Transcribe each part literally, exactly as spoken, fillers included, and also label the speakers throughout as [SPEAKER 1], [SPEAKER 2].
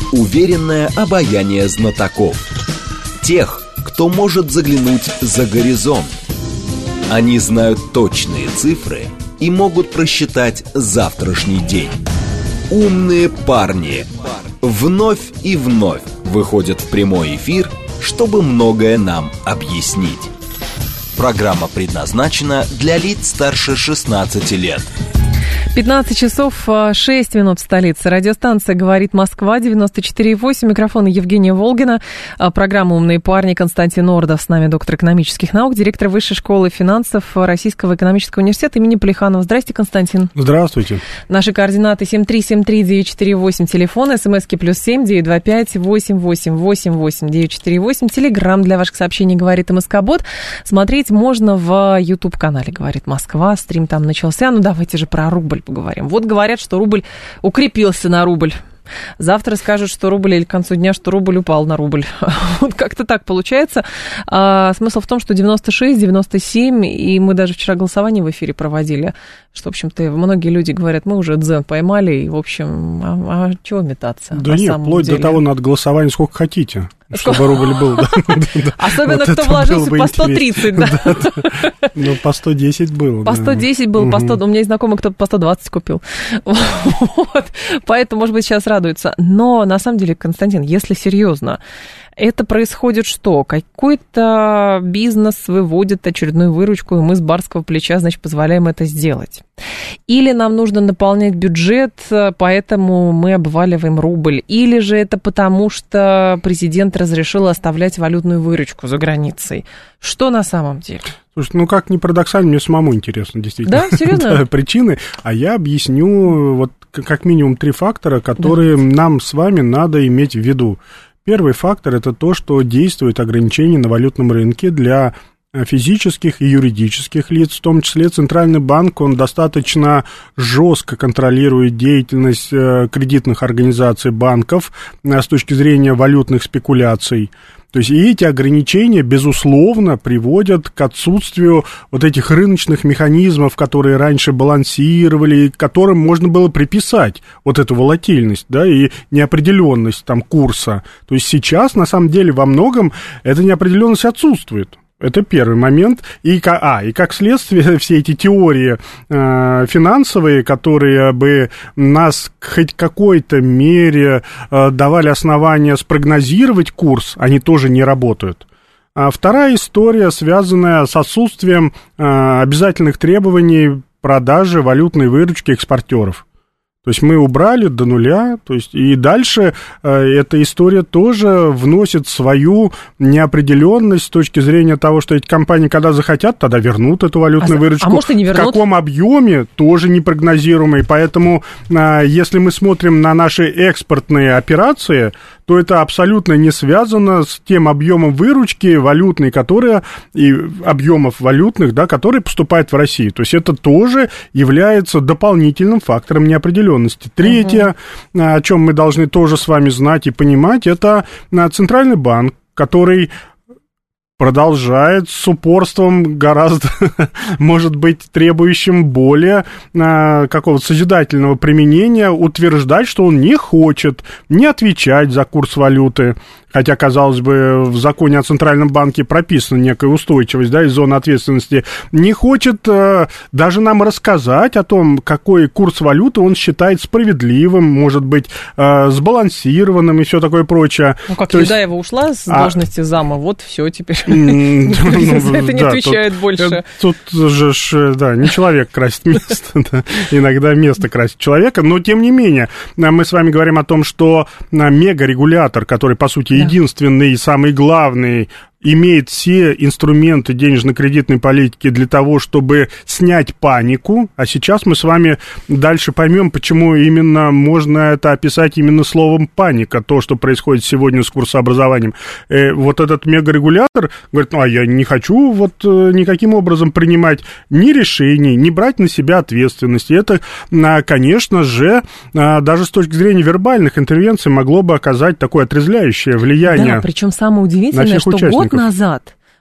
[SPEAKER 1] Уверенное обаяние знатоков. Тех, кто может заглянуть за горизонт. Они знают точные цифры и могут просчитать завтрашний день. Умные парни вновь и вновь выходят в прямой эфир, чтобы многое нам объяснить. Программа предназначена для лиц старше шестнадцати лет.
[SPEAKER 2] пятнадцать часов шесть минут в столице. Радиостанция «Говорит Москва», девяносто четыре и восемь. Микрофон Евгения Волгина. Программа «Умные парни». Константин Ордов. С нами доктор экономических наук, директор Высшей школы финансов Российского экономического университета имени Плеханова. Здрасте, Константин.
[SPEAKER 3] Здравствуйте.
[SPEAKER 2] Наши координаты семь три семь три девять четыре восемь. Телефон, смски плюс семь девять два пять восемь восемь восемь восемь девять четыре восемь. Телеграм для ваших сообщений «Говорит МСК-бот». Смотреть можно в YouTube-канале «Говорит Москва». Стрим там начался. Ну, давайте же про рубль поговорим. Вот говорят, что рубль укрепился на рубль. Завтра скажут, что рубль, или к концу дня, что рубль упал на рубль. Вот как-то так получается. А, смысл в том, что девяносто шесть, девяносто семь, и мы даже вчера голосование в эфире проводили, что, в общем-то, многие люди говорят, мы уже дзен поймали, и, в общем, а, а чего метаться?
[SPEAKER 3] Да нет, вплоть деле? до того, надо голосование сколько хотите, чтобы рубль был.
[SPEAKER 2] Особенно, кто вложился по сто тридцать, да.
[SPEAKER 3] Ну, по сто десять было.
[SPEAKER 2] По сто десять было, по сто, у меня есть знакомый, кто по сто двадцать купил. Поэтому, может быть, сейчас радуется. Но, на самом деле, Константин, если серьезно, это происходит что? Какой-то бизнес выводит очередную выручку, и мы с барского плеча, значит, позволяем это сделать. Или нам нужно наполнять бюджет, поэтому мы обваливаем рубль. Или же это потому, что президент разрешил оставлять валютную выручку за границей. Что на самом деле?
[SPEAKER 3] Слушай, ну как ни парадоксально, мне самому интересно, действительно.
[SPEAKER 2] Да, серьезно?
[SPEAKER 3] Да, причины. А я объясню вот как минимум три фактора, которые да. нам с вами надо иметь в виду. Первый фактор – это то, что действует ограничение на валютном рынке для физических и юридических лиц, в том числе Центральный банк, он достаточно жестко контролирует деятельность кредитных организаций банков с точки зрения валютных спекуляций. То есть и эти ограничения, безусловно, приводят к отсутствию вот этих рыночных механизмов, которые раньше балансировали, которым можно было приписать вот эту волатильность, да, и неопределенность там курса. То есть сейчас, на самом деле, во многом эта неопределенность отсутствует. Это первый момент. И, а, и как следствие, все эти теории э, финансовые, которые бы нас хоть в какой-то мере э, давали основания спрогнозировать курс, они тоже не работают. А вторая история, связанная с отсутствием э, обязательных требований продажи валютной выручки экспортеров. То есть мы убрали до нуля, то есть и дальше э, эта история тоже вносит свою неопределенность с точки зрения того, что эти компании, когда захотят, тогда вернут эту валютную а, выручку.
[SPEAKER 2] А может и не вернут?
[SPEAKER 3] В каком объеме, тоже непрогнозируемый. Поэтому э, если мы смотрим на наши экспортные операции, то это абсолютно не связано с тем объемом выручки валютной, которая, и объемов валютных, да, которые поступают в Россию. То есть это тоже является дополнительным фактором неопределенности. Третье, угу. о чем мы должны тоже с вами знать и понимать, это Центральный банк, который продолжает с упорством гораздо, может быть, требующим более а, какого-то созидательного применения утверждать, что он не хочет не отвечать за курс валюты, хотя, казалось бы, в законе о Центральном банке прописана некая устойчивость, да, и зона ответственности, не хочет а, даже нам рассказать о том, какой курс валюты он считает справедливым, может быть, а, сбалансированным и все такое прочее.
[SPEAKER 2] Ну, как
[SPEAKER 3] То
[SPEAKER 2] Юдаева есть... ушла с должности а... зама, вот все теперь. Это не
[SPEAKER 3] да,
[SPEAKER 2] отвечает
[SPEAKER 3] тут,
[SPEAKER 2] больше.
[SPEAKER 3] Тут же, да, не человек красит место, да, иногда место красит человека, но тем не менее, мы с вами говорим о том, что мегарегулятор, который, по сути, единственный и самый главный, имеет все инструменты денежно-кредитной политики для того, чтобы снять панику, а сейчас мы с вами дальше поймем, почему именно можно это описать именно словом паника, то, что происходит сегодня с курсообразованием. Э, вот этот мегарегулятор говорит, ну, а я не хочу вот никаким образом принимать ни решений, ни брать на себя ответственность. И это, конечно же, даже с точки зрения вербальных интервенций могло бы оказать такое отрезвляющее влияние.
[SPEAKER 2] Да, причем самое удивительное, что год назад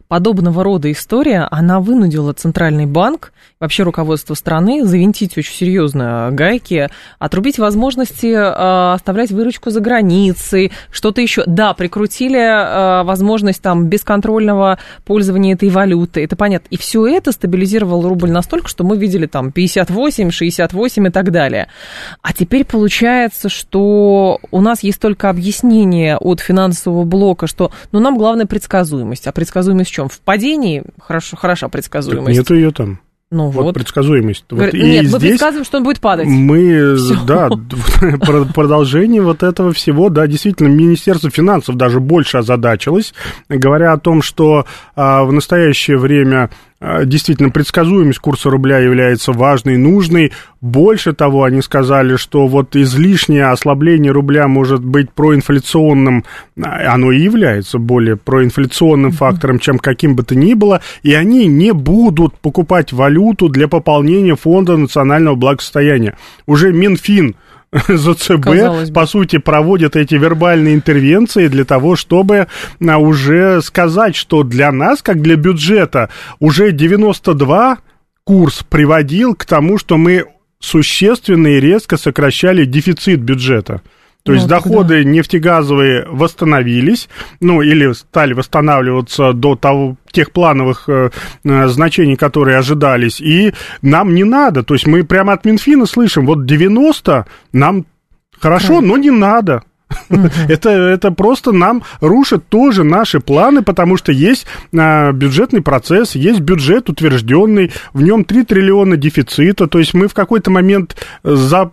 [SPEAKER 2] подобного рода история, она вынудила Центральный банк, вообще руководство страны, завинтить очень серьезно гайки, отрубить возможности э, оставлять выручку за границей, что-то еще. Да, прикрутили э, возможность там бесконтрольного пользования этой валюты, это понятно. И все это стабилизировало рубль настолько, что мы видели там пятьдесят восемь, шестьдесят восемь и так далее. А теперь получается, что у нас есть только объяснение от финансового блока, что ну, нам главное предсказуемость. А предсказуемость в чем? В падении хорошо, хороша предсказуемость.
[SPEAKER 3] Так нету ее там.
[SPEAKER 2] Ну
[SPEAKER 3] вот, вот предсказуемость.
[SPEAKER 2] Говорит,
[SPEAKER 3] вот,
[SPEAKER 2] нет,
[SPEAKER 3] и
[SPEAKER 2] мы
[SPEAKER 3] здесь
[SPEAKER 2] предсказываем, что он будет падать.
[SPEAKER 3] Мы,
[SPEAKER 2] Всё.
[SPEAKER 3] да, продолжение вот этого всего, да, действительно, Министерство финансов даже больше озадачилось, говоря о том, что а, в настоящее время а, действительно предсказуемость курса рубля является важной, нужной. Больше того, они сказали, что вот излишнее ослабление рубля может быть проинфляционным, оно и является более проинфляционным фактором, чем каким бы то ни было, и они не будут покупать валюту для пополнения фонда национального благосостояния. Уже Минфин за ЦБ, по сути, проводит эти вербальные интервенции для того, чтобы уже сказать, что для нас, как для бюджета, уже девяносто два курс приводил к тому, что мы существенно и резко сокращали дефицит бюджета. То есть ну, доходы да. нефтегазовые восстановились, ну, или стали восстанавливаться до того, тех плановых э, значений, которые ожидались, и нам не надо. То есть мы прямо от Минфина слышим, вот девяносто нам хорошо, да. но не надо. Uh-huh. это, это просто нам рушит тоже наши планы, потому что есть а, бюджетный процесс, есть бюджет утвержденный, в нем три триллиона дефицита, то есть мы в какой-то момент за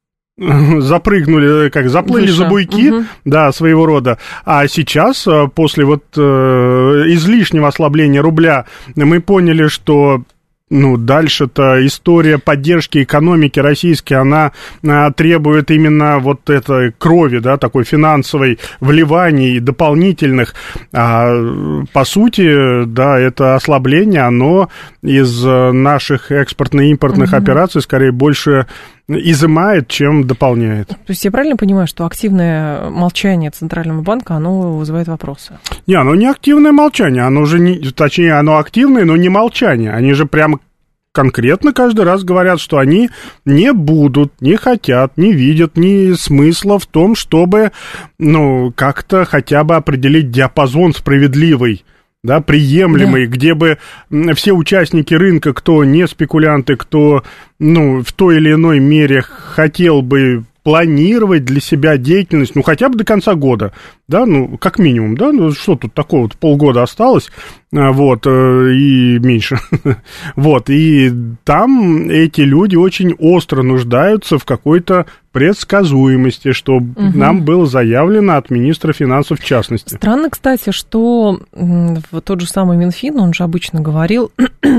[SPEAKER 3] запрыгнули, как заплыли Выше. за буйки, угу. да, своего рода. А сейчас, после вот э, излишнего ослабления рубля, мы поняли, что ну, дальше-то история поддержки экономики российской, она а, требует именно вот этой крови, да, такой финансовой вливаний дополнительных. А, по сути, да, это ослабление, оно из наших экспортно-импортных угу. операций скорее больше изымает, чем дополняет. То
[SPEAKER 2] есть я правильно понимаю, что активное молчание Центрального банка, оно вызывает вопросы?
[SPEAKER 3] Не, оно не активное молчание, оно уже не, точнее, оно активное, но не молчание. Они же прямо конкретно каждый раз говорят, что они не будут, не хотят, не видят ни смысла в том, чтобы, ну, как-то хотя бы определить диапазон справедливый, да, приемлемый, да. где бы все участники рынка, кто не спекулянты, кто, ну, в той или иной мере хотел бы планировать для себя деятельность, ну, хотя бы до конца года, да, ну, как минимум, да, ну, что тут такого, вот полгода осталось, вот, и меньше, вот, и там эти люди очень остро нуждаются в какой-то предсказуемости, что угу. нам было заявлено от министра финансов в частности.
[SPEAKER 2] Странно, кстати, что тот же самый Минфин, он же обычно говорил,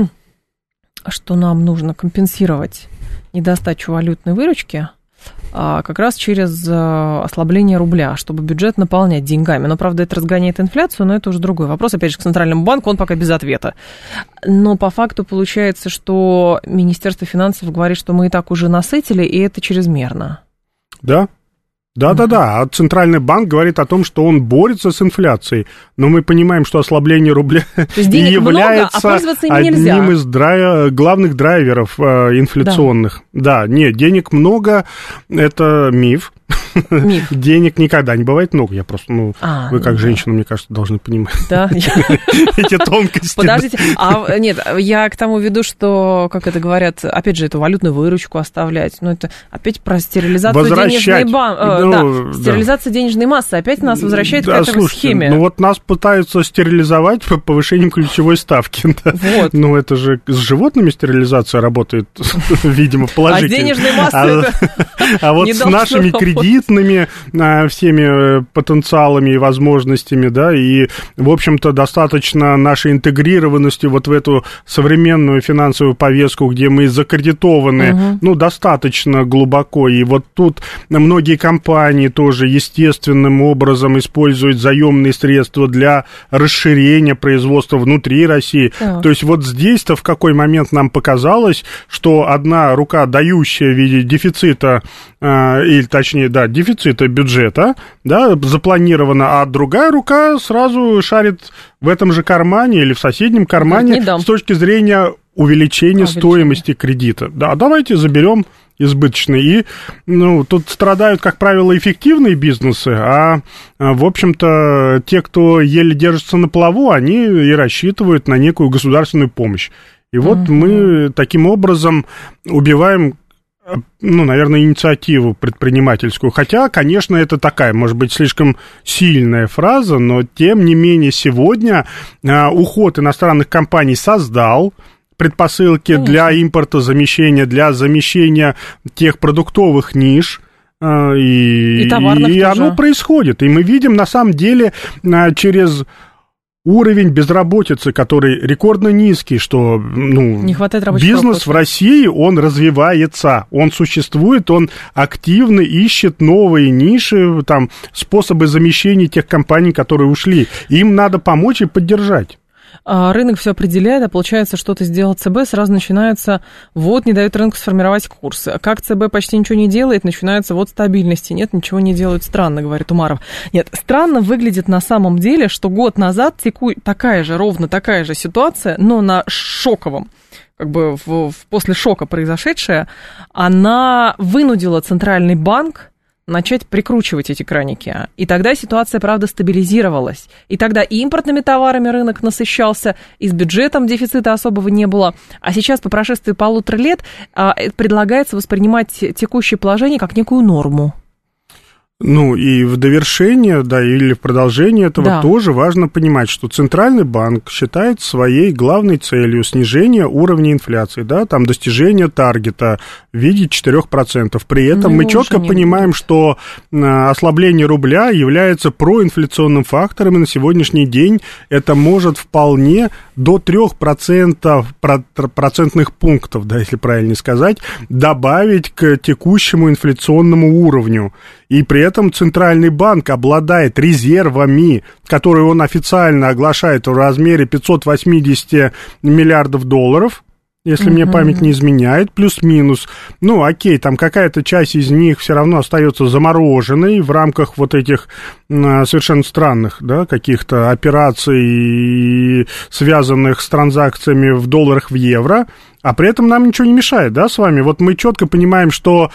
[SPEAKER 2] что нам нужно компенсировать недостачу валютной выручки, как раз через ослабление рубля, чтобы бюджет наполнять деньгами. Но, правда, это разгоняет инфляцию, но это уже другой вопрос. Опять же, к Центральному банку он пока без ответа. Но по факту получается, что Министерство финансов говорит, что мы и так уже насытили, и это чрезмерно.
[SPEAKER 3] Да. Да-да-да, а Центральный банк говорит о том, что он борется с инфляцией, но мы понимаем, что ослабление рубля является
[SPEAKER 2] много, а
[SPEAKER 3] одним из драйв... главных драйверов э, инфляционных. Да. да, нет, денег много, это миф. Миф. Денег никогда не бывает много. Я просто, ну, а, вы как да. женщина, мне кажется, должны понимать
[SPEAKER 2] да?
[SPEAKER 3] эти тонкости.
[SPEAKER 2] Подождите, а нет, я к тому веду, что, как это говорят, опять же, эту валютную выручку оставлять. Ну, это опять про стерилизацию денежной массы. Да, стерилизация денежной массы опять нас возвращает к этой схеме.
[SPEAKER 3] Ну, вот нас пытаются стерилизовать по повышением ключевой ставки.
[SPEAKER 2] Вот.
[SPEAKER 3] Ну, это же с животными стерилизация работает, видимо, положительно.
[SPEAKER 2] А с денежной массой
[SPEAKER 3] А вот с нашими кредитами, всеми потенциалами и возможностями, да, и, в общем-то, достаточно нашей интегрированности вот в эту современную финансовую повестку, где мы закредитованы, угу. ну, достаточно глубоко, и вот тут многие компании тоже естественным образом используют заемные средства для расширения производства внутри России, да. То есть вот здесь-то в какой момент нам показалось, что одна рука, дающая в виде дефицита, или, точнее, да, дефицита бюджета, да, запланировано, а другая рука сразу шарит в этом же кармане или в соседнем кармане с точки зрения увеличения а, стоимости кредита. Да, давайте заберем избыточный. И, ну, тут страдают, как правило, эффективные бизнесы, а, в общем-то, те, кто еле держится на плаву, они и рассчитывают на некую государственную помощь. И вот uh-huh. мы таким образом убиваем, ну, наверное, инициативу предпринимательскую. Хотя, конечно, это такая, может быть, слишком сильная фраза, но, тем не менее, сегодня а, уход иностранных компаний создал предпосылки Конечно. Для импортозамещения, для замещения тех продуктовых ниш, и, и, товарных и оно происходит. И мы видим, на самом деле, через уровень безработицы, который рекордно низкий, что ну,
[SPEAKER 2] Не хватает
[SPEAKER 3] бизнес в России, он развивается, он существует, он активно ищет новые ниши, там, способы замещения тех компаний, которые ушли. Им надо помочь и поддержать.
[SPEAKER 2] Рынок все определяет, а получается, что-то сделал ЦБ, сразу начинается, вот, не дает рынку сформировать курс. Как ЦБ почти ничего не делает, начинается, вот, стабильности. Нет, ничего не делают, странно, говорит Умаров. Нет, странно выглядит на самом деле, что год назад теку... такая же, ровно такая же ситуация, но на шоковом, как бы в, в, после шока произошедшая, она вынудила Центральный банк начать прикручивать эти краники. И тогда ситуация, правда, стабилизировалась. И тогда и импортными товарами рынок насыщался, и с бюджетом дефицита особого не было. А сейчас, по прошествии полутора лет, предлагается воспринимать текущее положение как некую норму.
[SPEAKER 3] Ну, и в довершение, да, или в продолжение этого да. тоже важно понимать, что Центральный банк считает своей главной целью снижение уровня инфляции, да, там достижение таргета в виде четырех процентов. При этом ну, мы четко понимаем, будет. что ослабление рубля является проинфляционным фактором, и на сегодняшний день это может вполне до трёх процентов, процентных пунктов, да, если правильно сказать, добавить к текущему инфляционному уровню. И при этом Центральный банк обладает резервами, которые он официально оглашает в размере пятьсот восемьдесят миллиардов долларов, если mm-hmm. мне память не изменяет, плюс-минус. Ну, окей, там какая-то часть из них все равно остается замороженной в рамках вот этих а, совершенно странных, да, каких-то операций, связанных с транзакциями в долларах в евро. А при этом нам ничего не мешает, да, с вами? Вот мы четко понимаем, что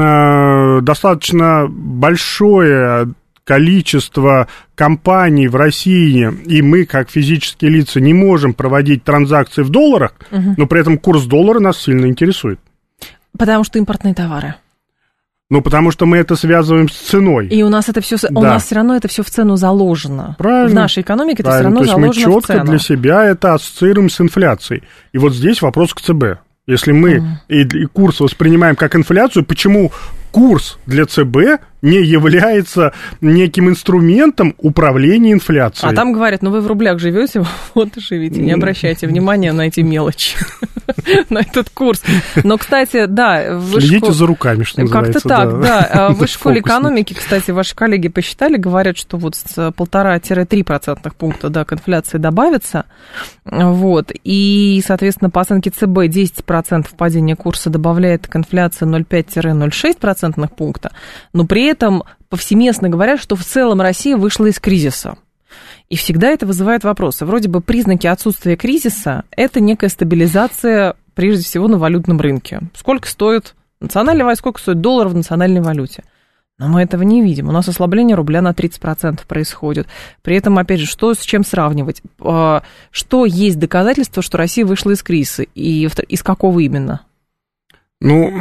[SPEAKER 3] э, достаточно большое количество компаний в России, и мы, как физические лица, не можем проводить транзакции в долларах, угу. но при этом курс доллара нас сильно интересует.
[SPEAKER 2] Потому что импортные товары.
[SPEAKER 3] Ну, потому что мы это связываем с ценой.
[SPEAKER 2] И у нас это все, да. у нас все равно это все в цену заложено.
[SPEAKER 3] Правильно.
[SPEAKER 2] В нашей экономике это
[SPEAKER 3] Правильно.
[SPEAKER 2] все равно
[SPEAKER 3] То есть
[SPEAKER 2] заложено
[SPEAKER 3] мы четко
[SPEAKER 2] в цену.
[SPEAKER 3] Для себя это ассоциируем с инфляцией. И вот здесь вопрос к ЦБ. Если мы mm. и, и курс воспринимаем как инфляцию, почему курс для ЦБ не является неким инструментом управления инфляцией?
[SPEAKER 2] А там говорят, ну вы в рублях живете, вот и живите, не обращайте внимания на эти мелочи, на этот курс. Но, кстати, да...
[SPEAKER 3] Следите за руками, что называется.
[SPEAKER 2] Как-то так, да. В школе экономики, кстати, ваши коллеги посчитали, говорят, что вот с полтора-три процентных пункта, да, к инфляции добавится, вот, и, соответственно, по оценке ЦБ десять процентов падения курса добавляет к инфляции ноль целых пять - ноль целых шесть процентных пункта, но при этом повсеместно говорят, что в целом Россия вышла из кризиса. И всегда это вызывает вопросы. Вроде бы признаки отсутствия кризиса – это некая стабилизация, прежде всего, на валютном рынке. Сколько стоит национальная валюта, сколько стоит доллар в национальной валюте. Но мы этого не видим. У нас ослабление рубля на тридцать процентов происходит. При этом, опять же, что с чем сравнивать? Что есть доказательства, что Россия вышла из кризиса? И из какого именно?
[SPEAKER 3] Ну,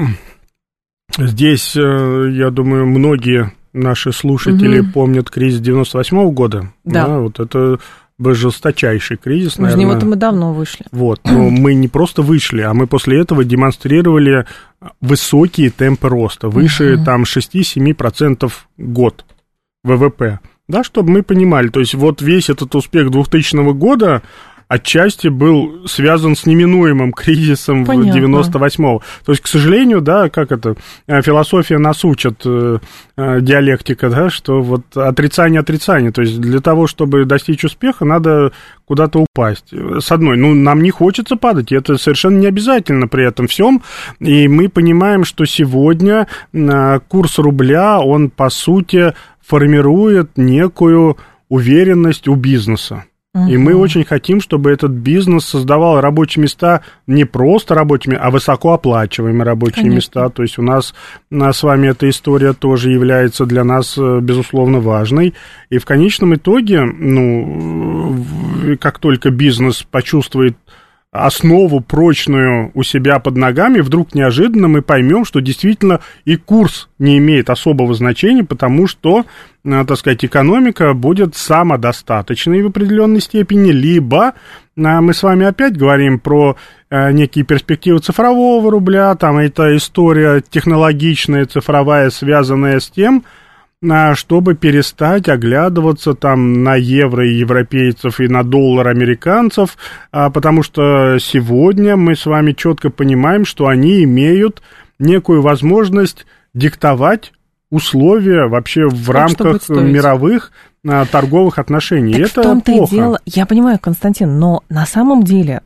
[SPEAKER 3] здесь, я думаю, многие наши слушатели угу. помнят кризис девяносто восьмого года.
[SPEAKER 2] Да.
[SPEAKER 3] да. Вот это был жесточайший кризис, наверное.
[SPEAKER 2] Из него-то мы давно вышли.
[SPEAKER 3] Вот, но мы не просто вышли, а мы после этого демонстрировали высокие темпы роста, выше угу. там шесть-семь процентов в год ВВП. Да, чтобы мы понимали, то есть вот весь этот успех двухтысячного года, отчасти был связан с неминуемым кризисом Понятно. девяносто восьмого. То есть, к сожалению, да, как это, философия нас учит, э, э, диалектика, да, что вот отрицание отрицание. То есть, для того, чтобы достичь успеха, надо куда-то упасть. С одной, ну, нам не хочется падать, и это совершенно не обязательно при этом всем. И мы понимаем, что сегодня э, курс рубля, он, по сути, формирует некую уверенность у бизнеса. И мы очень хотим, чтобы этот бизнес создавал рабочие места, не просто рабочими, а высокооплачиваемые рабочие Конечно. места. То есть у нас, у нас с вами эта история тоже является для нас, безусловно, важной. И в конечном итоге, ну, как только бизнес почувствует основу прочную у себя под ногами, вдруг неожиданно мы поймем, что действительно и курс не имеет особого значения, потому что, так сказать, экономика будет самодостаточной в определенной степени, либо мы с вами опять говорим про некие перспективы цифрового рубля, там это история технологичная, цифровая, связанная с тем, чтобы перестать оглядываться там на евро и европейцев и на доллар американцев, потому что сегодня мы с вами четко понимаем, что они имеют некую возможность диктовать условия вообще в так, рамках мировых торговых отношений.
[SPEAKER 2] Так
[SPEAKER 3] это
[SPEAKER 2] в том-то
[SPEAKER 3] плохо.
[SPEAKER 2] И дело, я понимаю, Константин, но на самом деле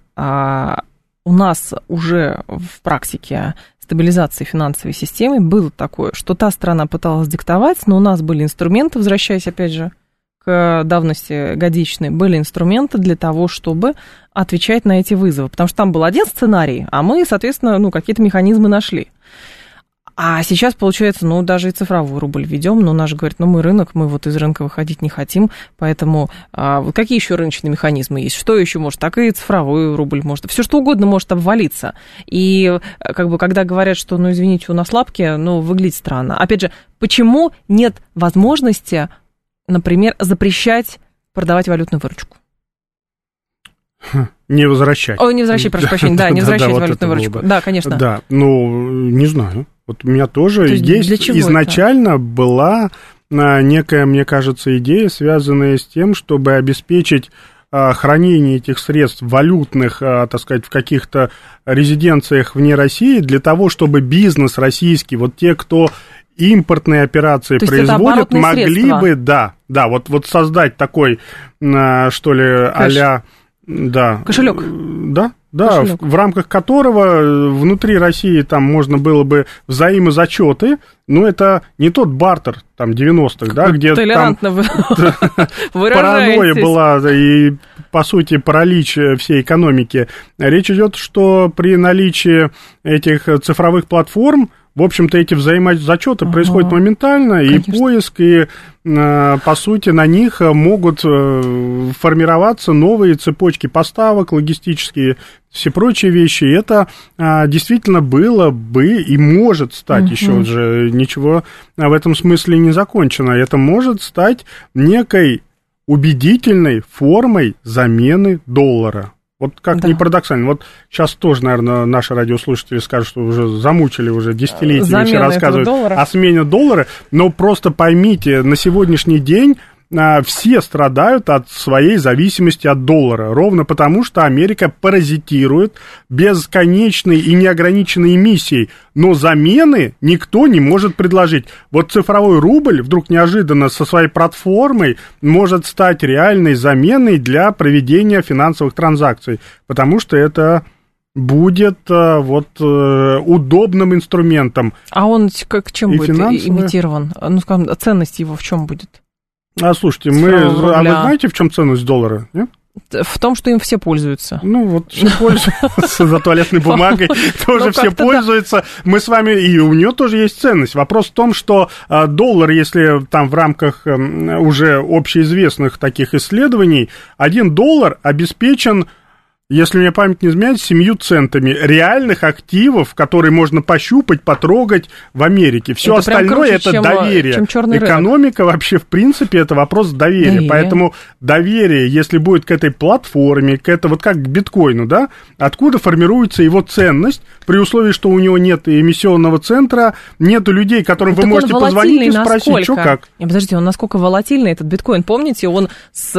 [SPEAKER 2] у нас уже в практике стабилизации финансовой системы было такое, что та страна пыталась диктовать, но у нас были инструменты, возвращаясь опять же к давности годичной, были инструменты для того, чтобы отвечать на эти вызовы, потому что там был один сценарий, а мы, соответственно, ну, какие-то механизмы нашли. А сейчас, получается, ну, даже и цифровой рубль ведем, но наш говорит, ну, мы рынок, мы вот из рынка выходить не хотим, поэтому а, вот какие еще рыночные механизмы есть? Что еще может? Так и цифровой рубль может, все что угодно может обвалиться. И, как бы, когда говорят, что, ну, извините, у нас лапки, ну, выглядит странно. Опять же, почему нет возможности, например, запрещать продавать валютную выручку?
[SPEAKER 3] Не возвращать.
[SPEAKER 2] О, не возвращать, прошу прощения, да, не возвращать валютную выручку. Да, конечно.
[SPEAKER 3] Да, ну, не знаю. Вот у меня тоже То есть, есть изначально это? была некая, мне кажется, идея, связанная с тем, чтобы обеспечить хранение этих средств валютных, так сказать, в каких-то резиденциях вне России, для того, чтобы бизнес российский, вот те, кто импортные операции То производят, могли средства. бы, да, да, вот, вот создать такой, что ли, а-ля... Да.
[SPEAKER 2] Кошелек.
[SPEAKER 3] Да, да, в, в рамках которого внутри России там можно было бы взаимозачеты, но это не тот бартер там девяностых, да, где
[SPEAKER 2] толерантно
[SPEAKER 3] там
[SPEAKER 2] вы
[SPEAKER 3] паранойя была и, по сути, паралич всей экономики. Речь идет, что при наличии этих цифровых платформ, в общем-то, эти взаимозачеты ага. происходят моментально, Конечно. и поиск, и, по сути, на них могут формироваться новые цепочки поставок, логистические, все прочие вещи. И это действительно было бы и может стать, угу. еще же ничего в этом смысле не закончено, это может стать некой убедительной формой замены доллара. Вот как да. ни парадоксально. Вот сейчас тоже, наверное, наши радиослушатели скажут, что уже замучили уже десятилетиями все рассказывают о смене доллара. Но просто поймите, на сегодняшний день а, все страдают от своей зависимости от доллара. Ровно потому, что Америка паразитирует бесконечной и неограниченной эмиссией. Но замены никто не может предложить. Вот цифровой рубль вдруг неожиданно со своей платформой может стать реальной заменой для проведения финансовых транзакций. Потому что это будет вот удобным инструментом.
[SPEAKER 2] А он как чем и будет финансовый... имитирован? Ну, скажем, ценность его в чем будет?
[SPEAKER 3] А слушайте, мы, а вы знаете, в чем ценность доллара? Нет?
[SPEAKER 2] В том, что им все пользуются.
[SPEAKER 3] Ну, вот все пользуются, за туалетной бумагой тоже все пользуются. Мы с вами, и у нее тоже есть ценность. Вопрос в том, что доллар, если там в рамках уже общеизвестных таких исследований, один доллар обеспечен, если мне память не изменяет, семью центами реальных активов, которые можно пощупать, потрогать в Америке. Все это остальное круче, это чем, доверие. Чем Экономика рынок. Вообще, в принципе, это вопрос доверия. доверие. Поэтому доверие, если будет к этой платформе, к этому, вот как к биткоину, да, откуда формируется его ценность, при условии, что у него нет эмиссионного центра, нету людей, которым так вы можете позвонить и спросить, что как.
[SPEAKER 2] Не, подождите, он насколько волатильный, этот биткоин, помните, он с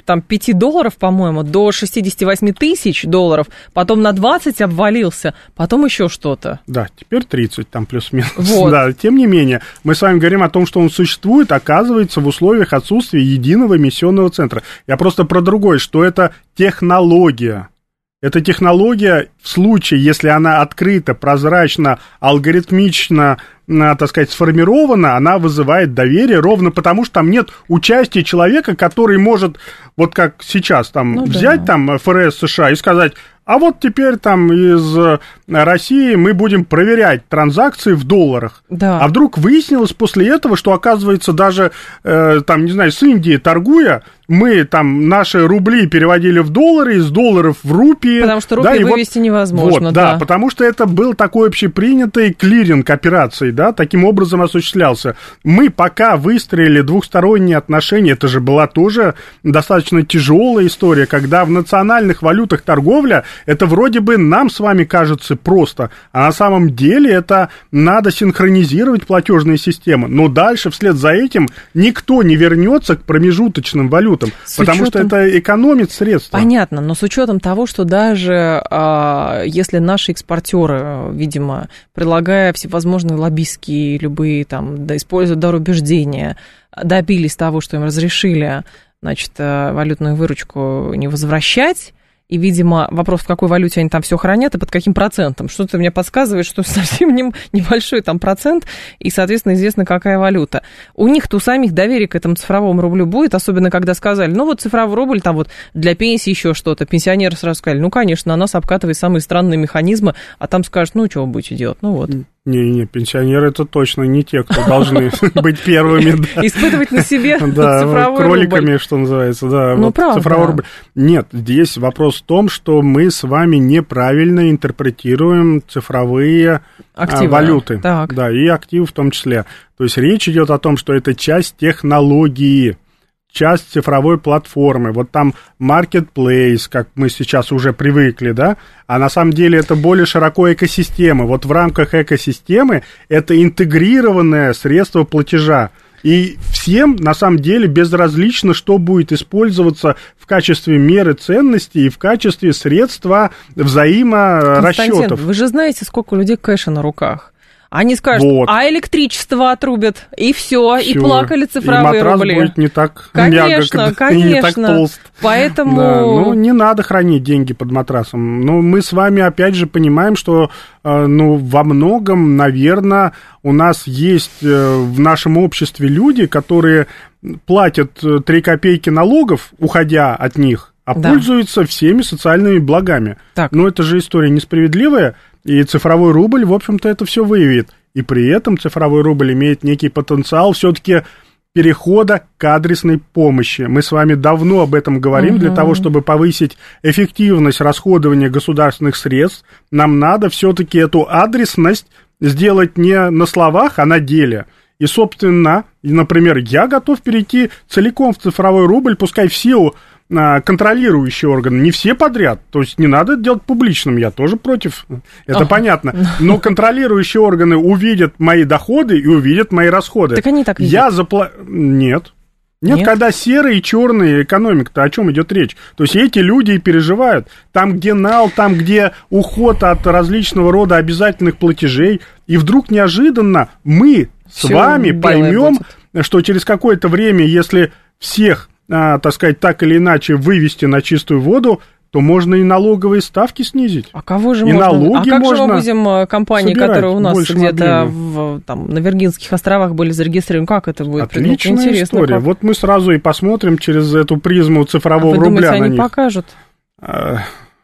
[SPEAKER 2] там, пяти долларов, по-моему, до шестидесяти восьми тысяч долларов, потом на двадцать обвалился, потом еще что-то.
[SPEAKER 3] Да, теперь тридцать там плюс-минус.
[SPEAKER 2] Вот.
[SPEAKER 3] Да, тем не менее, мы с вами говорим о том, что он существует, оказывается, в условиях отсутствия единого эмиссионного центра. Я просто про другое, что это технология. Эта технология, в случае, если она открыта, прозрачна, алгоритмично, так сказать, сформирована, она вызывает доверие ровно потому, что там нет участия человека, который может, вот как сейчас, там, ну, взять да. там эф эр эс США и сказать: а вот теперь там из России мы будем проверять транзакции в долларах.
[SPEAKER 2] Да.
[SPEAKER 3] А вдруг выяснилось после этого, что, оказывается, даже, э, там, не знаю, с Индией торгуя, мы там наши рубли переводили в доллары, из долларов в рупии.
[SPEAKER 2] Потому что рупии да, вывести вот, невозможно.
[SPEAKER 3] Вот,
[SPEAKER 2] да.
[SPEAKER 3] да, потому что это был такой общепринятый клиринг операций, да, таким образом осуществлялся. Мы пока выстроили двухсторонние отношения, это же была тоже достаточно тяжелая история, когда в национальных валютах торговля, это вроде бы нам с вами кажется просто, а на самом деле это надо синхронизировать платежные системы. Но дальше, вслед за этим, никто не вернется к промежуточным валютам. С потому учетом... что это экономит средства.
[SPEAKER 2] Понятно, но с учетом того, что даже а, если наши экспортеры, видимо, предлагая всевозможные лоббистские любые там, да, используя дар убеждения, добились того, что им разрешили, значит, валютную выручку не возвращать. И, видимо, вопрос, в какой валюте они там все хранят и под каким процентом. Что-то мне подсказывает, что совсем небольшой там процент, и, соответственно, известно, какая валюта. У них-то у самих доверие к этому цифровому рублю будет, особенно когда сказали, ну вот цифровой рубль, там вот для пенсии еще что-то. Пенсионеры сразу сказали, ну, конечно, на нас обкатывает самые странные механизмы, а там скажут, ну, что вы будете делать, ну вот.
[SPEAKER 3] Не-не, пенсионеры это точно не те, кто должны быть первыми.
[SPEAKER 2] Испытывать на себе цифровой рубль.
[SPEAKER 3] Кроликами, что называется, да.
[SPEAKER 2] Ну, правда.
[SPEAKER 3] Нет, здесь вопрос в том, что мы с вами неправильно интерпретируем цифровые валюты. Да, и активы в том числе. То есть речь идет о том, что это часть технологии, часть цифровой платформы, вот там marketplace, как мы сейчас уже привыкли, да, а на самом деле это более широко экосистема. Вот в рамках экосистемы это интегрированное средство платежа. И всем, на самом деле, безразлично, что будет использоваться в качестве меры ценности и в качестве средства взаиморасчетов.
[SPEAKER 2] Константин, вы же знаете, сколько у людей кэша на руках. Они скажут, вот. а электричество отрубят, и все, и плакали цифровые
[SPEAKER 3] и матрас
[SPEAKER 2] рубли.
[SPEAKER 3] Будет не так
[SPEAKER 2] конечно,
[SPEAKER 3] мягок,
[SPEAKER 2] конечно.
[SPEAKER 3] И не так толст.
[SPEAKER 2] Поэтому...
[SPEAKER 3] Да, ну, не надо хранить деньги под матрасом. Но мы с вами, опять же, понимаем, что ну, во многом, наверное, у нас есть в нашем обществе люди, которые платят три копейки налогов, уходя от них, а да. пользуются всеми социальными благами. Так. Но это же история несправедливая. И цифровой рубль, в общем-то, это все выявит. И при этом цифровой рубль имеет некий потенциал все-таки перехода к адресной помощи. Мы с вами давно об этом говорим. Угу. Для того, чтобы повысить эффективность расходования государственных средств, нам надо все-таки эту адресность сделать не на словах, а на деле. И, собственно, например, я готов перейти целиком в цифровой рубль, пускай все контролирующие органы, не все подряд, то есть не надо это делать публичным, я тоже против, это oh. понятно, но контролирующие органы увидят мои доходы и увидят мои расходы.
[SPEAKER 2] Так они так видят.
[SPEAKER 3] Я запла... Нет. Нет, Нет, когда серая и черная экономика-то, о чем идет речь? То есть эти люди и переживают. Там, где нал, там, где уход от различного рода обязательных платежей, и вдруг неожиданно мы с Всё вами поймем, будет. Что через какое-то время, если всех А, так сказать, так или иначе вывести на чистую воду, то можно и налоговые ставки снизить.
[SPEAKER 2] А кого же
[SPEAKER 3] и
[SPEAKER 2] можно?
[SPEAKER 3] Налоги
[SPEAKER 2] а как
[SPEAKER 3] можно
[SPEAKER 2] же мы будем компании, которые у нас где-то в, там, на Виргинских островах были зарегистрированы, как это будет?
[SPEAKER 3] Отличная
[SPEAKER 2] ну,
[SPEAKER 3] история.
[SPEAKER 2] Как?
[SPEAKER 3] Вот мы сразу и посмотрим через эту призму цифрового
[SPEAKER 2] а вы
[SPEAKER 3] рубля
[SPEAKER 2] думаете,
[SPEAKER 3] на
[SPEAKER 2] они
[SPEAKER 3] них.
[SPEAKER 2] Покажут?
[SPEAKER 3] А...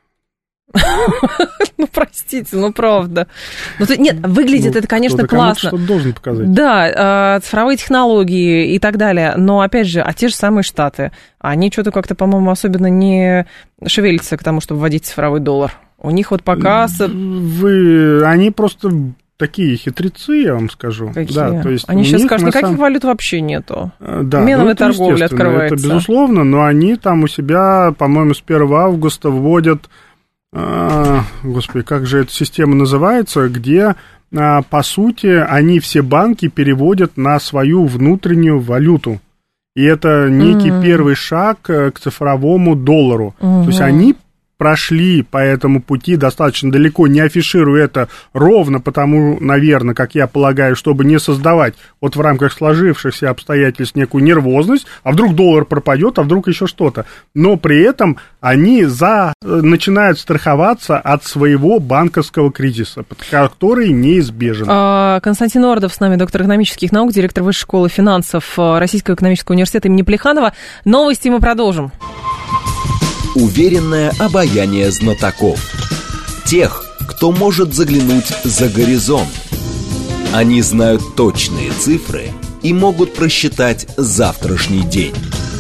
[SPEAKER 2] Ну, простите, ну, правда. Ну, то, нет, выглядит ну, это, конечно, классно.
[SPEAKER 3] Что-то должен показать.
[SPEAKER 2] Да, цифровые технологии и так далее. Но, опять же, а те же самые Штаты, они что-то как-то, по-моему, особенно не шевелятся к тому, чтобы вводить цифровой доллар. У них вот пока...
[SPEAKER 3] Вы... Они просто... Такие хитрецы, я вам скажу.
[SPEAKER 2] Какие?
[SPEAKER 3] Да, то есть
[SPEAKER 2] они сейчас скажут, никаких
[SPEAKER 3] самом...
[SPEAKER 2] валют вообще нету.
[SPEAKER 3] Да,
[SPEAKER 2] Меновая
[SPEAKER 3] ну,
[SPEAKER 2] торговля открывается.
[SPEAKER 3] Это безусловно, но они там у себя, по-моему, с первого августа вводят, а, господи, как же эта система называется, где, а, по сути, они все банки переводят на свою внутреннюю валюту. и это некий
[SPEAKER 2] Mm-hmm.
[SPEAKER 3] первый шаг к цифровому доллару. Mm-hmm. То есть они прошли по этому пути достаточно далеко, не афишируя это ровно потому, наверное, как я полагаю, чтобы не создавать вот в рамках сложившихся обстоятельств некую нервозность, а вдруг доллар пропадет, а вдруг еще что-то. Но при этом они за, начинают страховаться от своего банковского кризиса, который неизбежен.
[SPEAKER 2] Константин Ордов с нами, доктор экономических наук, директор Высшей школы финансов Российского экономического университета имени Плеханова. Новости мы продолжим.
[SPEAKER 1] Уверенное обаяние знатоков. Тех, кто может заглянуть за горизонт. Они знают точные цифры и могут просчитать завтрашний день.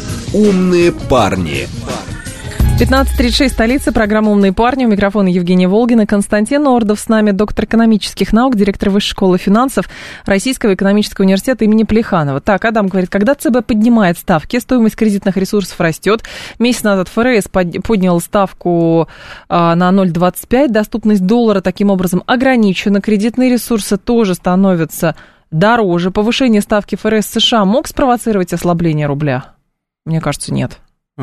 [SPEAKER 1] Умные парни.
[SPEAKER 2] пятнадцать тридцать шесть, столица, программа «Умные парни». У микрофона Евгения Волгина. Константин Ордов с нами, доктор экономических наук, директор Высшей школы финансов Российского экономического университета имени Плеханова. Так, Адам говорит, когда ЦБ поднимает ставки, стоимость кредитных ресурсов растет. Месяц назад ФРС поднял ставку а, на ноль целых двадцать пять. Доступность доллара таким образом ограничена. Кредитные ресурсы тоже становятся дороже. Повышение ставки ФРС США мог спровоцировать ослабление рубля? Мне кажется, нет.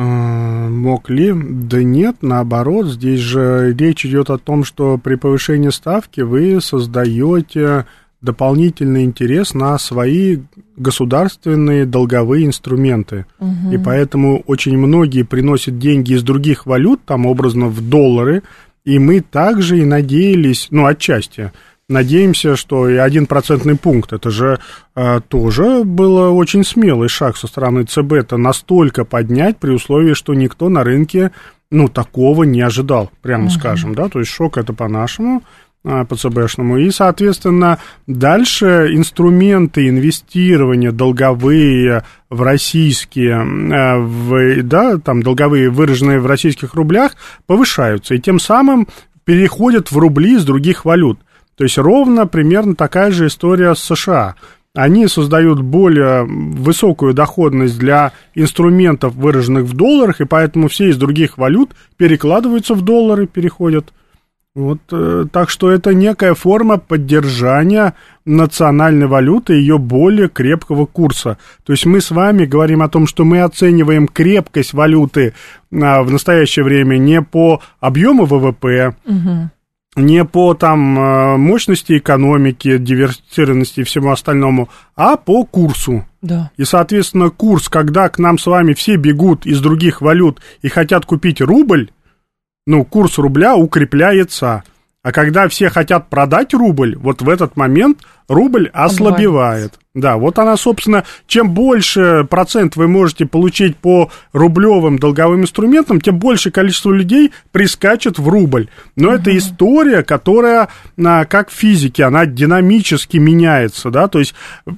[SPEAKER 3] Мог ли? Да нет, наоборот, здесь же речь идет о том, что при повышении ставки вы создаете дополнительный интерес на свои государственные долговые инструменты. Угу. И поэтому очень многие приносят деньги из других валют, там образно в доллары, и мы также и надеялись, ну, отчасти, надеемся, что и один процентный пункт, это же а, тоже было очень смелый шаг со стороны ЦБ-то настолько поднять, при условии, что никто на рынке, ну, такого не ожидал, прямо uh-huh. скажем, да, то есть шок это по-нашему, а, по-ЦБшному, и, соответственно, дальше инструменты инвестирования долговые в российские, а, в, да, там, долговые, выраженные в российских рублях, повышаются, и тем самым переходят в рубли из других валют. То есть ровно примерно такая же история с США. Они создают более высокую доходность для инструментов, выраженных в долларах, и поэтому все из других валют перекладываются в доллары, переходят. Вот, так что это некая форма поддержания национальной валюты, ее более крепкого курса. То есть мы с вами говорим о том, что мы оцениваем крепкость валюты в настоящее время не по объему ВВП, угу. не по там мощности экономики, диверсифицированности и всему остальному, а по курсу.
[SPEAKER 2] Да.
[SPEAKER 3] И, соответственно, курс, когда к нам с вами все бегут из других валют и хотят купить рубль, ну, курс рубля укрепляется. А когда все хотят продать рубль, вот в этот момент рубль ослабевает. Да, вот она, собственно, чем больше процент вы можете получить по рублевым долговым инструментам, тем большее количество людей прискачет в рубль. Но uh-huh. это история, которая, как в физике, она динамически меняется, да, то есть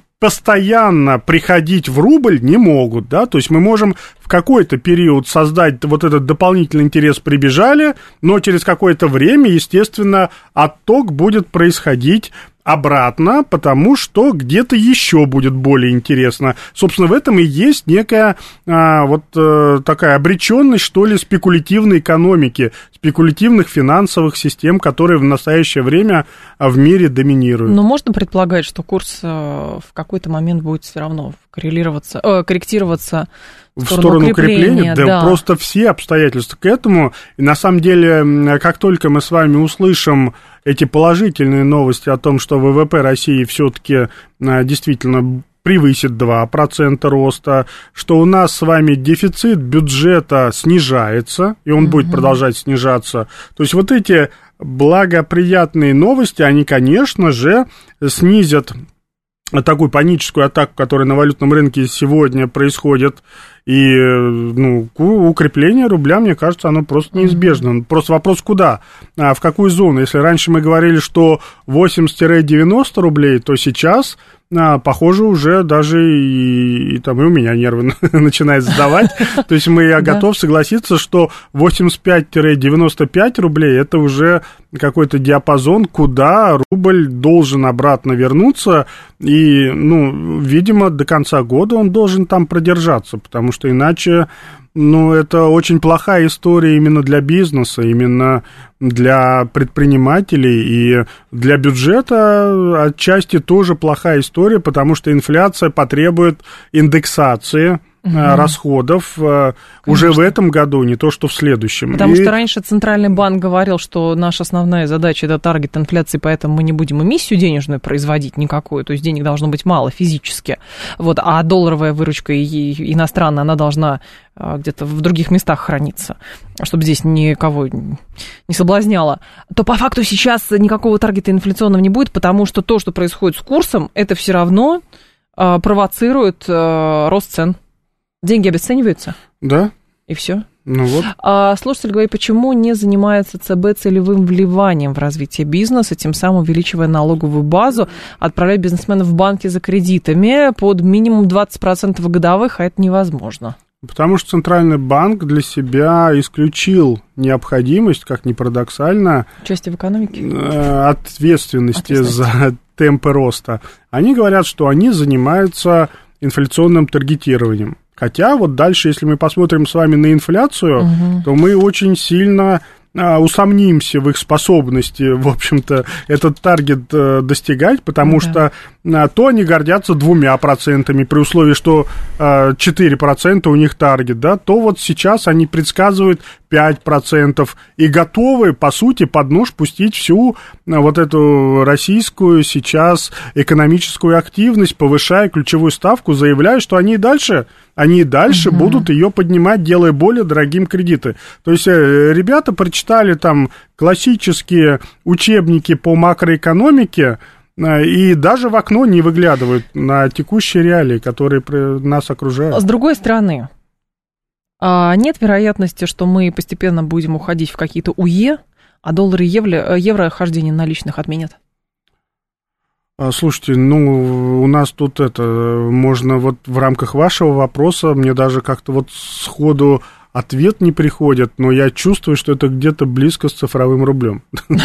[SPEAKER 3] постоянно приходить в рубль не могут, да, то есть мы можем в какой-то период создать вот этот дополнительный интерес, прибежали, но через какое-то время, естественно, отток будет происходить обратно, потому что где-то еще будет более интересно. Собственно, в этом и есть некая а, вот а, такая обреченность, что ли, спекулятивной экономики, спекулятивных финансовых систем, которые в настоящее время в мире доминируют.
[SPEAKER 2] Но можно предполагать, что курс в какой-то момент будет все равно коррелироваться, э, корректироваться в сторону, в сторону укрепления? укрепления да,
[SPEAKER 3] да, просто все обстоятельства к этому. И на самом деле, как только мы с вами услышим эти положительные новости о том, что ВВП России все-таки действительно превысит два процента роста, что у нас с вами дефицит бюджета снижается, и он угу. будет продолжать снижаться. То есть вот эти благоприятные новости, они, конечно же, снизят такую паническую атаку, которая на валютном рынке сегодня происходит, и ну, укрепление рубля, мне кажется, оно просто неизбежно. Просто вопрос куда, а в какую зону. Если раньше мы говорили, что восемьдесят-девяносто рублей, то сейчас, а, похоже, уже даже и, и, там, и у меня нервы начинают сдавать. То есть мы, я готов согласиться, что восемьдесят пять-девяносто пять рублей – это уже какой-то диапазон, куда рубль должен обратно вернуться, и, ну, видимо, до конца года он должен там продержаться, потому что иначе, ну, это очень плохая история именно для бизнеса, именно для предпринимателей, и для бюджета отчасти тоже плохая история, потому что инфляция потребует индексации угу. расходов Конечно. уже в этом году, не то что в следующем.
[SPEAKER 2] Потому
[SPEAKER 3] И...
[SPEAKER 2] что раньше Центральный банк говорил, что наша основная задача – это таргет инфляции, поэтому мы не будем эмиссию денежную производить никакую, то есть денег должно быть мало физически, вот, а долларовая выручка и, и иностранная, она должна где-то в других местах храниться, чтобы здесь никого не соблазняло, то по факту сейчас никакого таргета инфляционного не будет, потому что то, что происходит с курсом, это все равно э, провоцирует э, рост цен. Деньги обесцениваются.
[SPEAKER 3] Да.
[SPEAKER 2] И все.
[SPEAKER 3] Ну вот.
[SPEAKER 2] А, слушатель говорит, почему не занимается ЦБ целевым вливанием в развитие бизнеса, тем самым увеличивая налоговую базу, отправляя бизнесменов в банки за кредитами под минимум двадцать процентов годовых, а это невозможно.
[SPEAKER 3] Потому что Центральный банк для себя исключил необходимость, как ни парадоксально,
[SPEAKER 2] участие в экономике,
[SPEAKER 3] ответственности за темпы роста. Они говорят, что они занимаются инфляционным таргетированием. Хотя вот дальше, если мы посмотрим с вами на инфляцию, угу. то мы очень сильно а, усомнимся в их способности, в общем-то, этот таргет а, достигать, потому да. что а, то они гордятся двумя процентами, при условии, что а, четыре процента у них таргет, да, то вот сейчас они предсказывают пять процентов и готовы, по сути, под нож пустить всю а, вот эту российскую сейчас экономическую активность, повышая ключевую ставку, заявляя, что они и дальше... они и дальше uh-huh. будут ее поднимать, делая более дорогим кредиты. То есть ребята прочитали там классические учебники по макроэкономике и даже в окно не выглядывают на текущие реалии, которые нас окружают.
[SPEAKER 2] С другой стороны, нет вероятности, что мы постепенно будем уходить в какие-то УЕ, а доллары и евро, евро хождение наличных отменят?
[SPEAKER 3] Слушайте, ну, у нас тут это, можно вот в рамках вашего вопроса, мне даже как-то вот сходу ответ не приходит, но я чувствую, что это где-то близко с цифровым рублем.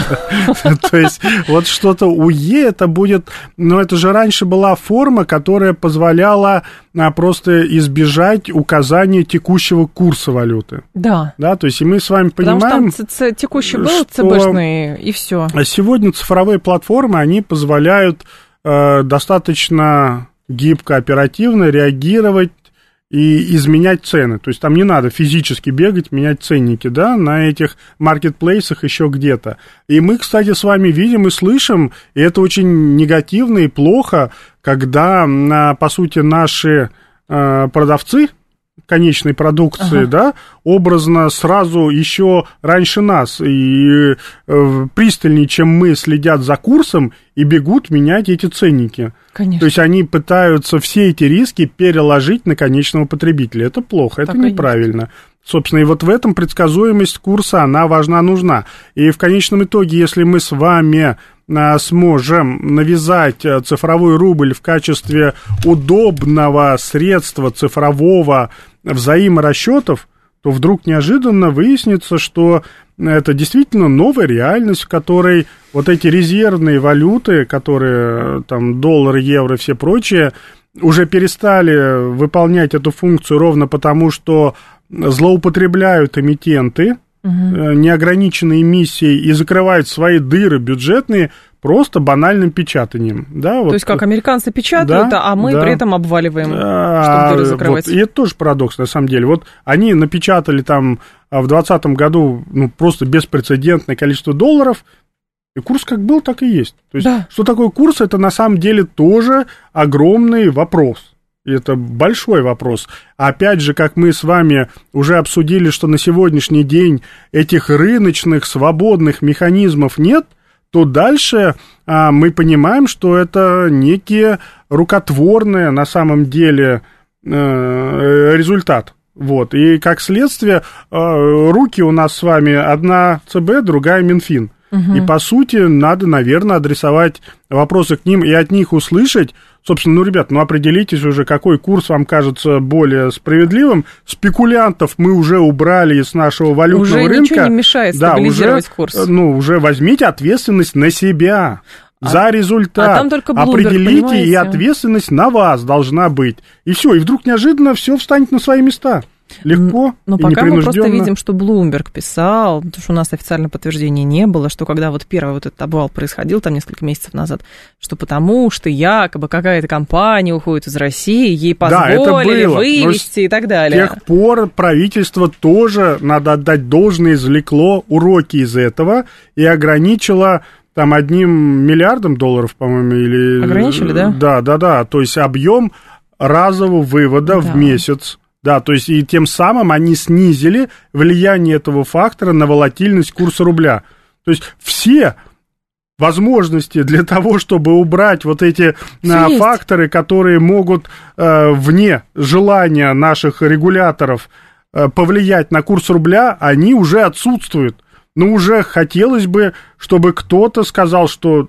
[SPEAKER 3] То есть вот что-то УЕ это будет, но это же раньше была форма, которая позволяла просто избежать указания текущего курса валюты.
[SPEAKER 2] Да.
[SPEAKER 3] Да, то есть и мы с вами понимаем,
[SPEAKER 2] потому что там текущий был ЦБшный, и все.
[SPEAKER 3] А сегодня цифровые платформы, они позволяют достаточно гибко, оперативно реагировать и изменять цены. То есть там не надо физически бегать, менять ценники, да, на этих маркетплейсах еще где-то. И мы, кстати, с вами видим и слышим, и это очень негативно и плохо, когда, по сути, наши продавцы конечной продукции, ага. да, образно сразу еще раньше нас и э, пристальнее, чем мы, следят за курсом и бегут менять эти ценники.
[SPEAKER 2] Конечно.
[SPEAKER 3] То есть они пытаются все эти риски переложить на конечного потребителя. Это плохо, это так неправильно. Собственно, и вот в этом предсказуемость курса, она важна, нужна. И в конечном итоге, если мы с вами сможем навязать цифровой рубль в качестве удобного средства цифрового взаиморасчетов, то вдруг неожиданно выяснится, что это действительно новая реальность, в которой вот эти резервные валюты, которые там доллар, евро и все прочие, уже перестали выполнять эту функцию ровно потому, что злоупотребляют эмитенты, угу. неограниченной эмиссией и закрывают свои дыры бюджетные просто банальным печатанием. Да,
[SPEAKER 2] то
[SPEAKER 3] вот.
[SPEAKER 2] есть как американцы печатают, да, а мы да. при этом обваливаем,
[SPEAKER 3] а,
[SPEAKER 2] чтобы дыры закрывать.
[SPEAKER 3] Вот, и это тоже парадокс, на самом деле. Вот они напечатали там в двадцатом году ну, просто беспрецедентное количество долларов, и курс как был, так и есть. То есть
[SPEAKER 2] да.
[SPEAKER 3] что такое курс, это на самом деле тоже огромный вопрос. И это большой вопрос. Опять же, как мы с вами уже обсудили, что на сегодняшний день этих рыночных свободных механизмов нет, то дальше а, мы понимаем, что это некие рукотворные на самом деле э, результат. Вот. И как следствие, э, руки у нас с вами одна ЦБ, другая Минфин. Угу. И, по сути, надо, наверное, адресовать вопросы к ним и от них услышать. Собственно, ну, ребят, ну, определитесь уже, какой курс вам кажется более справедливым. Спекулянтов мы уже убрали из нашего валютного
[SPEAKER 2] уже
[SPEAKER 3] рынка. Уже
[SPEAKER 2] ничего не мешает стабилизировать
[SPEAKER 3] да, уже,
[SPEAKER 2] курс.
[SPEAKER 3] Ну, уже возьмите ответственность на себя. А, за результат.
[SPEAKER 2] А там только Bloomberg,
[SPEAKER 3] определите,
[SPEAKER 2] понимаете?
[SPEAKER 3] И ответственность на вас должна быть. И все, и вдруг неожиданно все встанет на свои места. легко
[SPEAKER 2] Но
[SPEAKER 3] и
[SPEAKER 2] пока мы
[SPEAKER 3] непринужденно.
[SPEAKER 2] просто видим, что Bloomberg писал, потому что у нас официального подтверждения не было, что когда вот первый вот этот обвал происходил там несколько месяцев назад, что потому что якобы какая-то компания уходит из России, ей позволили
[SPEAKER 3] да,
[SPEAKER 2] вывести и так далее.
[SPEAKER 3] С тех пор правительство тоже, надо отдать должное, извлекло уроки из этого и ограничило там одним миллиардом долларов, по-моему, или...
[SPEAKER 2] Ограничили, да?
[SPEAKER 3] Да, да, да, то есть объем разового вывода да. в месяц. Да, то есть и тем самым они снизили влияние этого фактора на волатильность курса рубля. То есть все возможности для того, чтобы убрать вот эти а, факторы, которые могут а, вне желания наших регуляторов а, повлиять на курс рубля, они уже отсутствуют. Но уже хотелось бы, чтобы кто-то сказал, что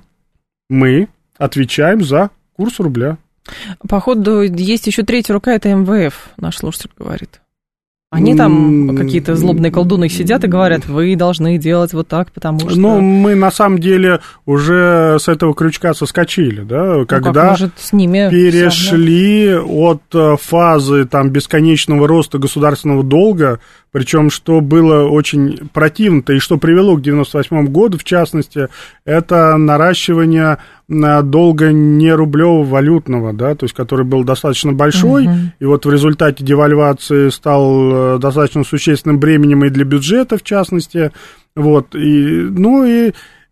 [SPEAKER 3] мы отвечаем за курс рубля.
[SPEAKER 2] Походу, есть еще третья рука, это эм вэ эф, наш слушатель говорит. Они там какие-то злобные колдуны сидят и говорят, вы должны делать вот так, потому что...
[SPEAKER 3] Ну, мы на самом деле уже с этого крючка соскочили, да, ну, когда
[SPEAKER 2] может, с ними
[SPEAKER 3] перешли от фазы там бесконечного роста государственного долга, причем что было очень противно-то и что привело к девяносто восьмому году, в частности, это наращивание долга не рублевого валютного, да, то есть который был достаточно большой, угу. и вот в результате девальвации стал достаточно существенным бременем и для бюджета, в частности, вот, и, ну и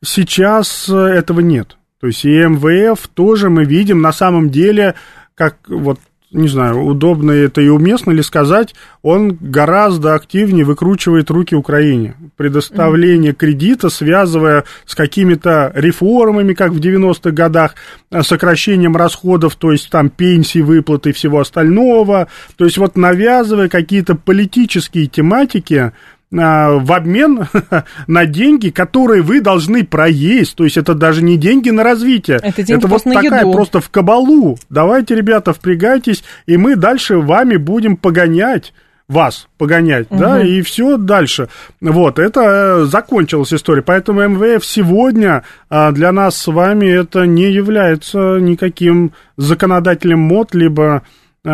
[SPEAKER 3] сейчас этого нет, то есть и эм вэ эф тоже мы видим на самом деле, как вот, не знаю, удобно это и уместно ли сказать, он гораздо активнее выкручивает руки Украине. Предоставление mm-hmm. кредита, связывая с какими-то реформами, как в девяностых годах, сокращением расходов, то есть там пенсии, выплаты и всего остального. То есть вот навязывая какие-то политические тематики, в обмен на деньги, которые вы должны проесть. То есть это даже не деньги на развитие. Это, это вот на такая еду. Просто в кабалу. Давайте, ребята, впрягайтесь, и мы дальше вами будем погонять. Вас погонять, угу. да, и все дальше. Вот, это закончилась история. Поэтому эм вэ эф сегодня для нас с вами это не является никаким законодателем мод, либо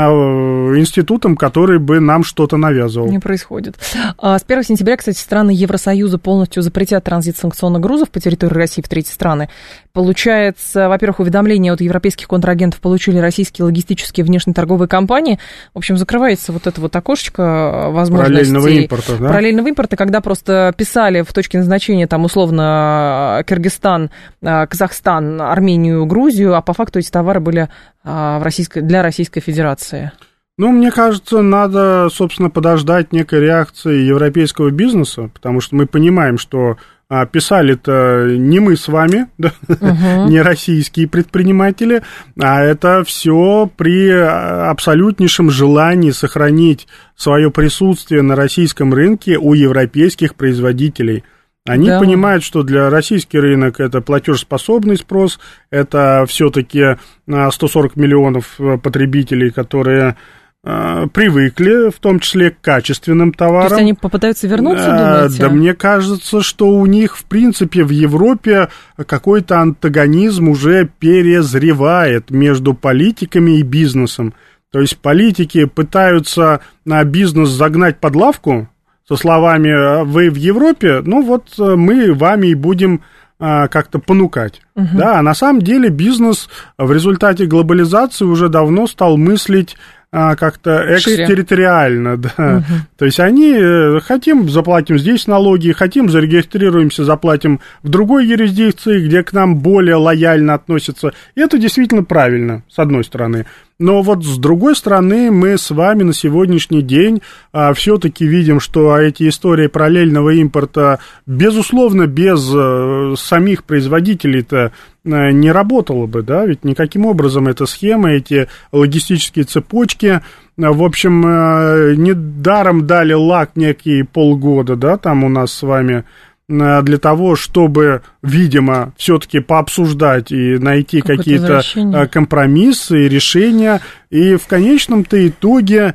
[SPEAKER 3] институтом, который бы нам что-то навязывал.
[SPEAKER 2] Не происходит. С первого сентября, кстати, страны Евросоюза полностью запретят транзит санкционных грузов по территории России в третьи страны. Получается, во-первых, уведомления от европейских контрагентов получили российские логистические внешнеторговые компании. В общем, закрывается вот это вот окошечко возможностей.
[SPEAKER 3] Параллельного импорта, да?
[SPEAKER 2] Параллельного импорта, когда просто писали в точке назначения, там, условно, Кыргызстан, Казахстан, Армению, Грузию, а по факту эти товары были в российской, для Российской Федерации.
[SPEAKER 3] Ну, мне кажется, надо, собственно, подождать некой реакции европейского бизнеса, потому что мы понимаем, что а, писали-то не мы с вами, да, uh-huh. не российские предприниматели, а это все при абсолютнейшем желании сохранить свое присутствие на российском рынке у европейских производителей. Они да. понимают, что для российский рынок это платежеспособный спрос, это все-таки сто сорок миллионов потребителей, которые э, привыкли, в том числе к качественным товарам.
[SPEAKER 2] То есть они попытаются вернуться, думаете?
[SPEAKER 3] Да, мне кажется, что у них, в принципе, в Европе какой-то антагонизм уже перезревает между политиками и бизнесом. То есть политики пытаются на бизнес загнать под лавку, со словами «вы в Европе, ну вот мы вами и будем а, как-то понукать». Uh-huh. Да, а на самом деле бизнес в результате глобализации уже давно стал мыслить а, как-то экстерриториально. Да. Uh-huh. То есть они хотим, заплатим здесь налоги, хотим, зарегистрируемся, заплатим в другой юрисдикции, где к нам более лояльно относятся. И это действительно правильно, с одной стороны. Но вот с другой стороны, мы с вами на сегодняшний день а, все-таки видим, что эти истории параллельного импорта, безусловно, без а, самих производителей-то а, не работало бы, да, ведь никаким образом эта схема, эти логистические цепочки, а, в общем, а, недаром дали лак некие полгода, да, там у нас с вами, для того, чтобы, видимо, все-таки пообсуждать и найти какие-то компромиссы и решения. И в конечном-то итоге,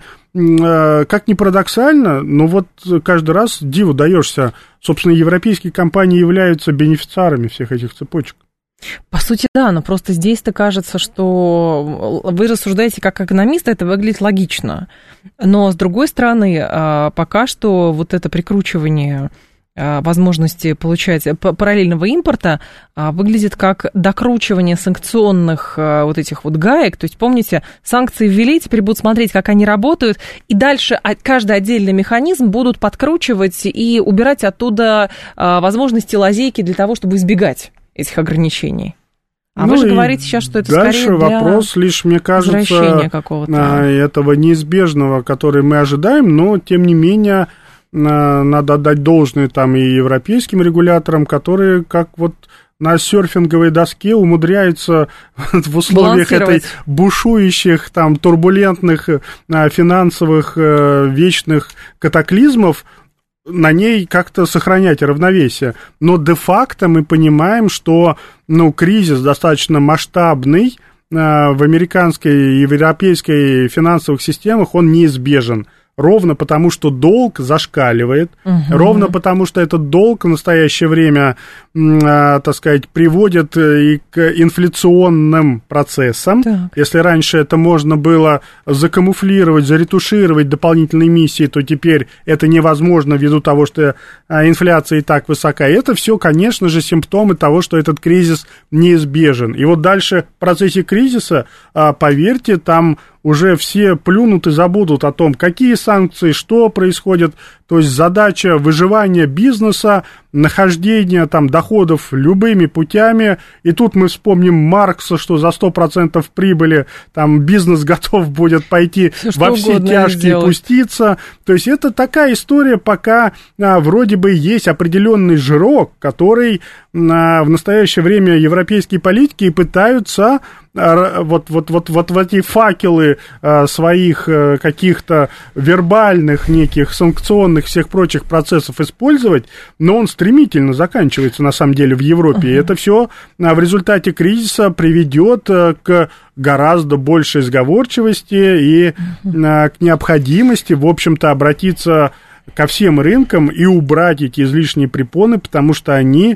[SPEAKER 3] как ни парадоксально, но вот каждый раз диву даешься. Собственно, европейские компании являются бенефициарами всех этих цепочек.
[SPEAKER 2] По сути, да, но просто здесь-то кажется, что вы рассуждаете как экономист, это выглядит логично. Но, с другой стороны, пока что вот это прикручивание возможности получать параллельного импорта выглядит как докручивание санкционных вот этих вот гаек. То есть, помните, санкции ввели, теперь будут смотреть, как они работают, и дальше каждый отдельный механизм будут подкручивать и убирать оттуда возможности, лазейки для того, чтобы избегать этих ограничений. А ну вы же говорите сейчас, что это
[SPEAKER 3] дальше
[SPEAKER 2] скорее для
[SPEAKER 3] вопрос лишь, мне кажется,
[SPEAKER 2] какого-то
[SPEAKER 3] этого неизбежного, который мы ожидаем, но, тем не менее, надо отдать должное там и европейским регуляторам, которые как вот на серфинговой доске умудряются в условиях этой бушующих, там, турбулентных финансовых вечных катаклизмов на ней как-то сохранять равновесие. Но де-факто мы понимаем, что, ну, кризис достаточно масштабный в американской и в европейской финансовых системах, он неизбежен. Ровно потому, что долг зашкаливает, угу. ровно потому, что этот долг в настоящее время, э, так сказать, приводит и к инфляционным процессам. Так. Если раньше это можно было закамуфлировать, заретушировать дополнительные эмиссии, то теперь это невозможно ввиду того, что инфляция и так высока. И это все, конечно же, симптомы того, что этот кризис неизбежен. И вот дальше в процессе кризиса, поверьте, там уже все плюнут и забудут о том, какие санкции, что происходит. То есть задача выживания бизнеса, нахождения там доходов любыми путями. И тут мы вспомним Маркса, что за сто процентов прибыли там бизнес готов будет пойти все, во все тяжкие пуститься. То есть это такая история, пока а, вроде бы есть определенный жирок, который а, в настоящее время европейские политики пытаются а, вот, вот, вот, вот в эти факелы а, своих а, каких-то вербальных неких санкционных всех прочих процессов использовать, но он стремительно заканчивается на самом деле в Европе. Uh-huh. И это все в результате кризиса приведет к гораздо большей сговорчивости и uh-huh. к необходимости, в общем-то, обратиться ко всем рынкам и убрать эти излишние препоны, потому что они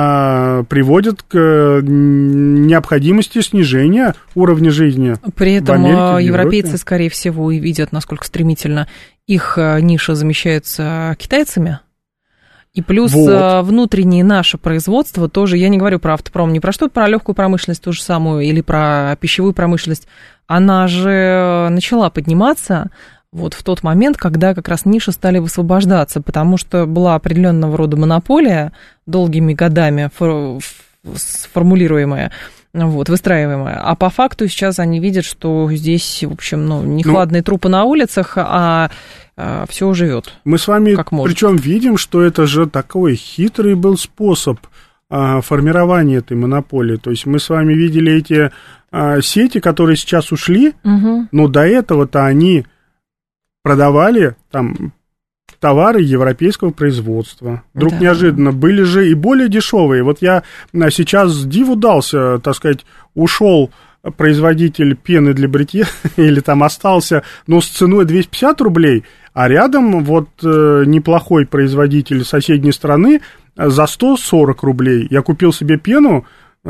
[SPEAKER 3] а, приводят к необходимости снижения уровня жизни.
[SPEAKER 2] При этом в Америке, в европейцы, скорее всего, и видят, насколько стремительно их ниша замещается китайцами. И плюс вот. Внутреннее наше производство тоже, я не говорю про автопром, не про что-то, про легкую промышленность ту же самую, или про пищевую промышленность, она же начала подниматься вот в тот момент, когда как раз ниши стали высвобождаться, потому что была определенного рода монополия, долгими годами сформулируемая, вот, выстраиваемая. А по факту сейчас они видят, что здесь, в общем, ну, не хладные ну, трупы на улицах, а, а все живет.
[SPEAKER 3] Мы с вами причем видим, что это же такой хитрый был способ а, формирования этой монополии. То есть мы с вами видели эти а, сети, которые сейчас ушли, угу. но до этого-то они продавали там товары европейского производства. Вдруг да. неожиданно были же и более дешевые. Вот я сейчас с диву дался, так сказать, ушел производитель пены для бритья, или там остался, но с ценой двести пятьдесят рублей, а рядом вот э, неплохой производитель соседней страны за сто сорок рублей. Я купил себе пену,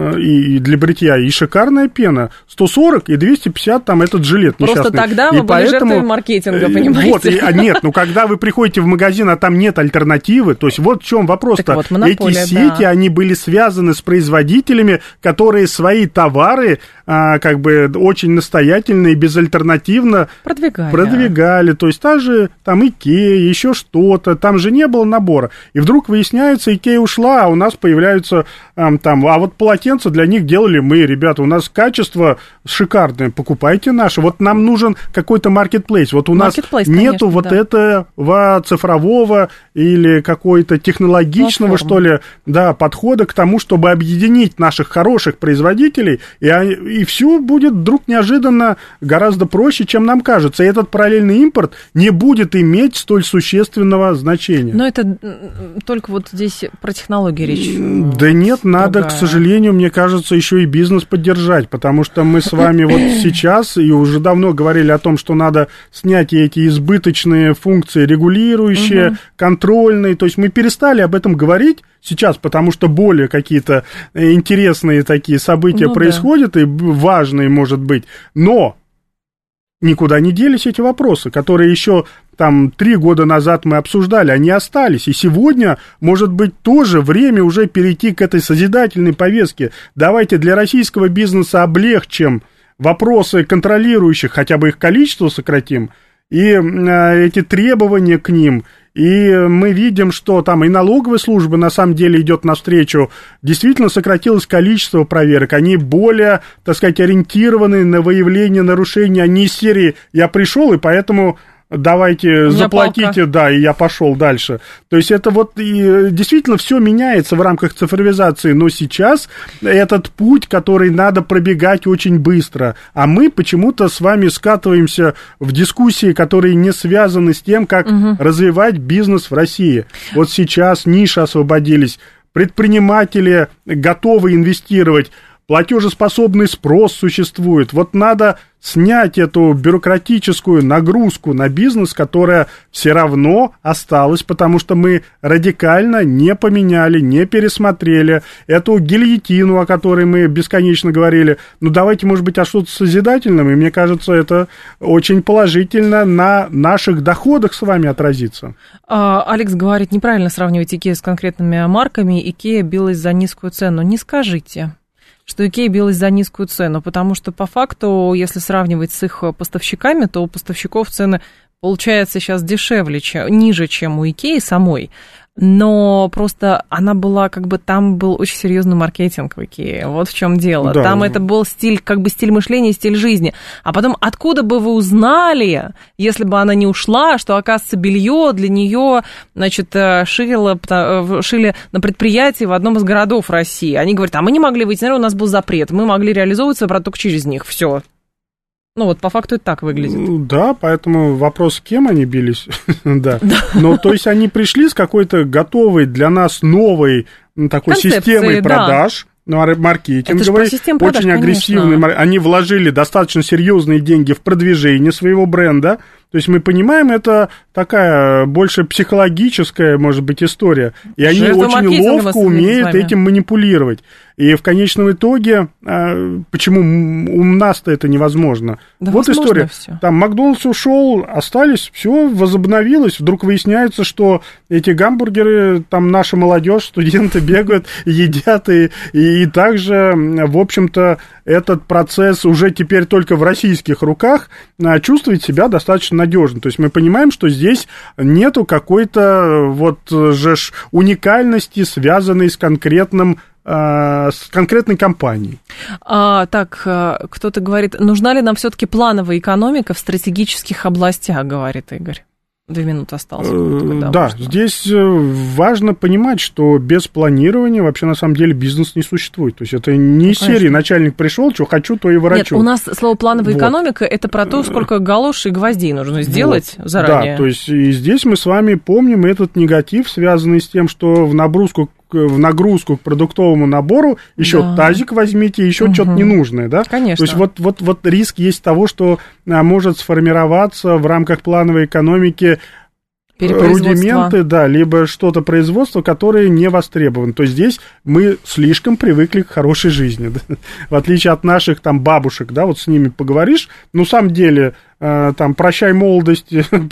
[SPEAKER 3] И, и для бритья, и шикарная пена. сто сорок и двести пятьдесят, там этот жилет
[SPEAKER 2] несчастный. Просто тогда вы и были поэтому... жертвой маркетинга, понимаете?
[SPEAKER 3] Вот, и, а нет, ну когда вы приходите в магазин, а там нет альтернативы, то есть вот в чем вопрос-то. Вот, эти сети, да. они были связаны с производителями, которые свои товары а, как бы очень настоятельно и безальтернативно
[SPEAKER 2] продвигали.
[SPEAKER 3] продвигали. То есть та же там Икея, еще что-то, там же не было набора. И вдруг выясняется, Икея ушла, а у нас появляются а, там, а вот полотенца для них делали мы, ребята, у нас качество шикарное, покупайте наше. Вот нам нужен какой-то маркетплейс. Вот у нас нету конечно, вот да. этого цифрового или какой-то технологичного, Платформа. что ли, да, подхода к тому, чтобы объединить наших хороших производителей, и, и все будет вдруг неожиданно гораздо проще, чем нам кажется. И этот параллельный импорт не будет иметь столь существенного значения.
[SPEAKER 2] Но это только вот здесь про технологии речь.
[SPEAKER 3] Да нет, надо, другая. к сожалению, мне кажется, еще и бизнес поддержать, потому что мы с вами вот сейчас и уже давно говорили о том, что надо снять эти избыточные функции регулирующие, угу. контрольные, то есть мы перестали об этом говорить сейчас, потому что более какие-то интересные такие события ну, происходят да. и важные, может быть, но никуда не делись эти вопросы, которые еще там три года назад мы обсуждали, они остались. И сегодня, может быть, тоже время уже перейти к этой созидательной повестке. Давайте для российского бизнеса облегчим вопросы контролирующих, хотя бы их количество сократим, и э, эти требования к ним. И мы видим, что там и налоговая служба на самом деле идет навстречу. Действительно сократилось количество проверок. Они более, так сказать, ориентированы на выявление нарушений. Они из серии «я пришел, и поэтому давайте заплатите, палка. Да, и я пошел дальше». То есть это вот и действительно все меняется в рамках цифровизации, но сейчас этот путь, который надо пробегать очень быстро, а мы почему-то с вами скатываемся в дискуссии, которые не связаны с тем, как угу. развивать бизнес в России. Вот сейчас ниши освободились, предприниматели готовы инвестировать, платежеспособный спрос существует. Вот надо снять эту бюрократическую нагрузку на бизнес, которая все равно осталась, потому что мы радикально не поменяли, не пересмотрели эту гильотину, о которой мы бесконечно говорили. Ну, давайте, может быть, о что-то созидательном, и мне кажется, это очень положительно на наших доходах с вами отразится.
[SPEAKER 2] А, Алекс говорит, неправильно сравнивать Икею с конкретными марками. Икея билась за низкую цену. Не скажите, что Икея билась за низкую цену, потому что по факту, если сравнивать с их поставщиками, то у поставщиков цены получается сейчас дешевле, чем, ниже, чем у Икеи самой. Но просто она была, как бы, там был очень серьезный маркетинг в Икее. Вот в чем дело. Да. Там это был стиль, как бы, стиль мышления, стиль жизни. А потом, откуда бы вы узнали, если бы она не ушла, что, оказывается, белье для нее, значит, шили, шили на предприятии в одном из городов России. Они говорят, а мы не могли выйти, наверное, у нас был запрет. Мы могли реализовывать свой продукт через них. Все. Ну, вот по факту это так выглядит.
[SPEAKER 3] Да, поэтому вопрос, кем они бились, да. Ну, то есть они пришли с какой-то готовой для нас новой такой системой продаж, маркетинговой, очень агрессивной. Они вложили достаточно серьезные деньги в продвижение своего бренда. То есть мы понимаем, это такая больше психологическая, может быть, история. И они очень ловко умеют этим манипулировать. И в конечном итоге, почему у нас-то это невозможно? Да, вот история. Все. Там Макдональдс ушел, остались, все возобновилось. Вдруг выясняется, что эти гамбургеры, там наша молодежь, студенты бегают, едят. И, и, и также, в общем-то, этот процесс уже теперь только в российских руках чувствует себя достаточно надежно. То есть мы понимаем, что здесь нету какой-то вот же уникальности, связанной с конкретным с конкретной компанией.
[SPEAKER 2] А, так, кто-то говорит, нужна ли нам все-таки плановая экономика в стратегических областях, говорит Игорь. Две минуты осталось.
[SPEAKER 3] Да, да, здесь важно понимать, что без планирования вообще на самом деле бизнес не существует. То есть это не из ну, серии начальник пришел, что хочу, то и ворочу.
[SPEAKER 2] Нет, у нас слово плановая вот. Экономика это про то, сколько галош и гвоздей нужно сделать вот. Заранее.
[SPEAKER 3] Да, то есть и здесь мы с вами помним этот негатив, связанный с тем, что в нагрузку в нагрузку к продуктовому набору еще да. тазик возьмите, еще угу. что-то ненужное, да?
[SPEAKER 2] Конечно.
[SPEAKER 3] То есть вот, вот, вот риск есть того, что а, может сформироваться в рамках плановой экономики рудименты, да, либо что-то производство, которое не востребовано. То есть здесь мы слишком привыкли к хорошей жизни, да? В отличие от наших там бабушек, да, вот с ними поговоришь, ну, на самом деле, э, там, прощай молодость,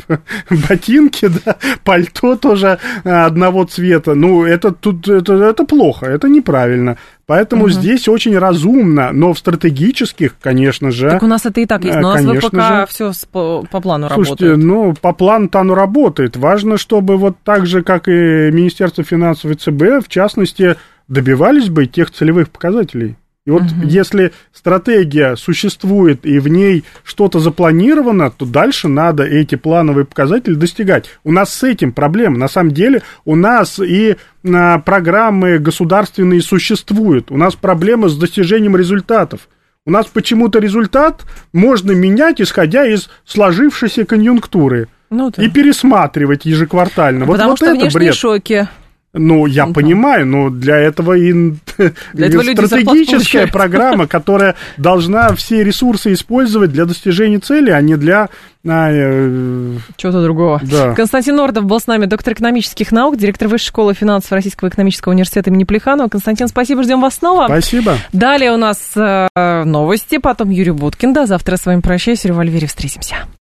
[SPEAKER 3] ботинки, да, пальто тоже одного цвета, ну, это тут, это, это плохо, это неправильно. Поэтому угу. здесь очень разумно, но в стратегических, конечно же...
[SPEAKER 2] Так у нас это и так есть, но у нас в ВПК все по, по плану
[SPEAKER 3] Слушайте,
[SPEAKER 2] работает.
[SPEAKER 3] ну, по плану-то оно работает. Важно, чтобы вот так же, как и Министерство финансов и ЦБ, в частности, добивались бы тех целевых показателей. И вот угу. если стратегия существует и в ней что-то запланировано, то дальше надо эти плановые показатели достигать. У нас с этим проблема. На самом деле у нас и а, программы государственные существуют. У нас проблема с достижением результатов. У нас почему-то результат можно менять, исходя из сложившейся конъюнктуры. Ну, да. И пересматривать ежеквартально.
[SPEAKER 2] Потому
[SPEAKER 3] вот,
[SPEAKER 2] что
[SPEAKER 3] вот это
[SPEAKER 2] внешние
[SPEAKER 3] бред.
[SPEAKER 2] Шоки.
[SPEAKER 3] Ну, я
[SPEAKER 2] угу.
[SPEAKER 3] понимаю, но для этого и
[SPEAKER 2] для этого
[SPEAKER 3] стратегическая программа, которая должна все ресурсы использовать для достижения цели, а не для... А, э...
[SPEAKER 2] чего-то другого.
[SPEAKER 3] Да.
[SPEAKER 2] Константин Нордов был с нами, доктор экономических наук, директор Высшей школы финансов Российского экономического университета имени Плеханова. Константин, спасибо, ждем вас снова.
[SPEAKER 3] Спасибо.
[SPEAKER 2] Далее у нас э, новости, потом Юрий Буткин. До завтра с вами прощаюсь, в «Револьвере» встретимся.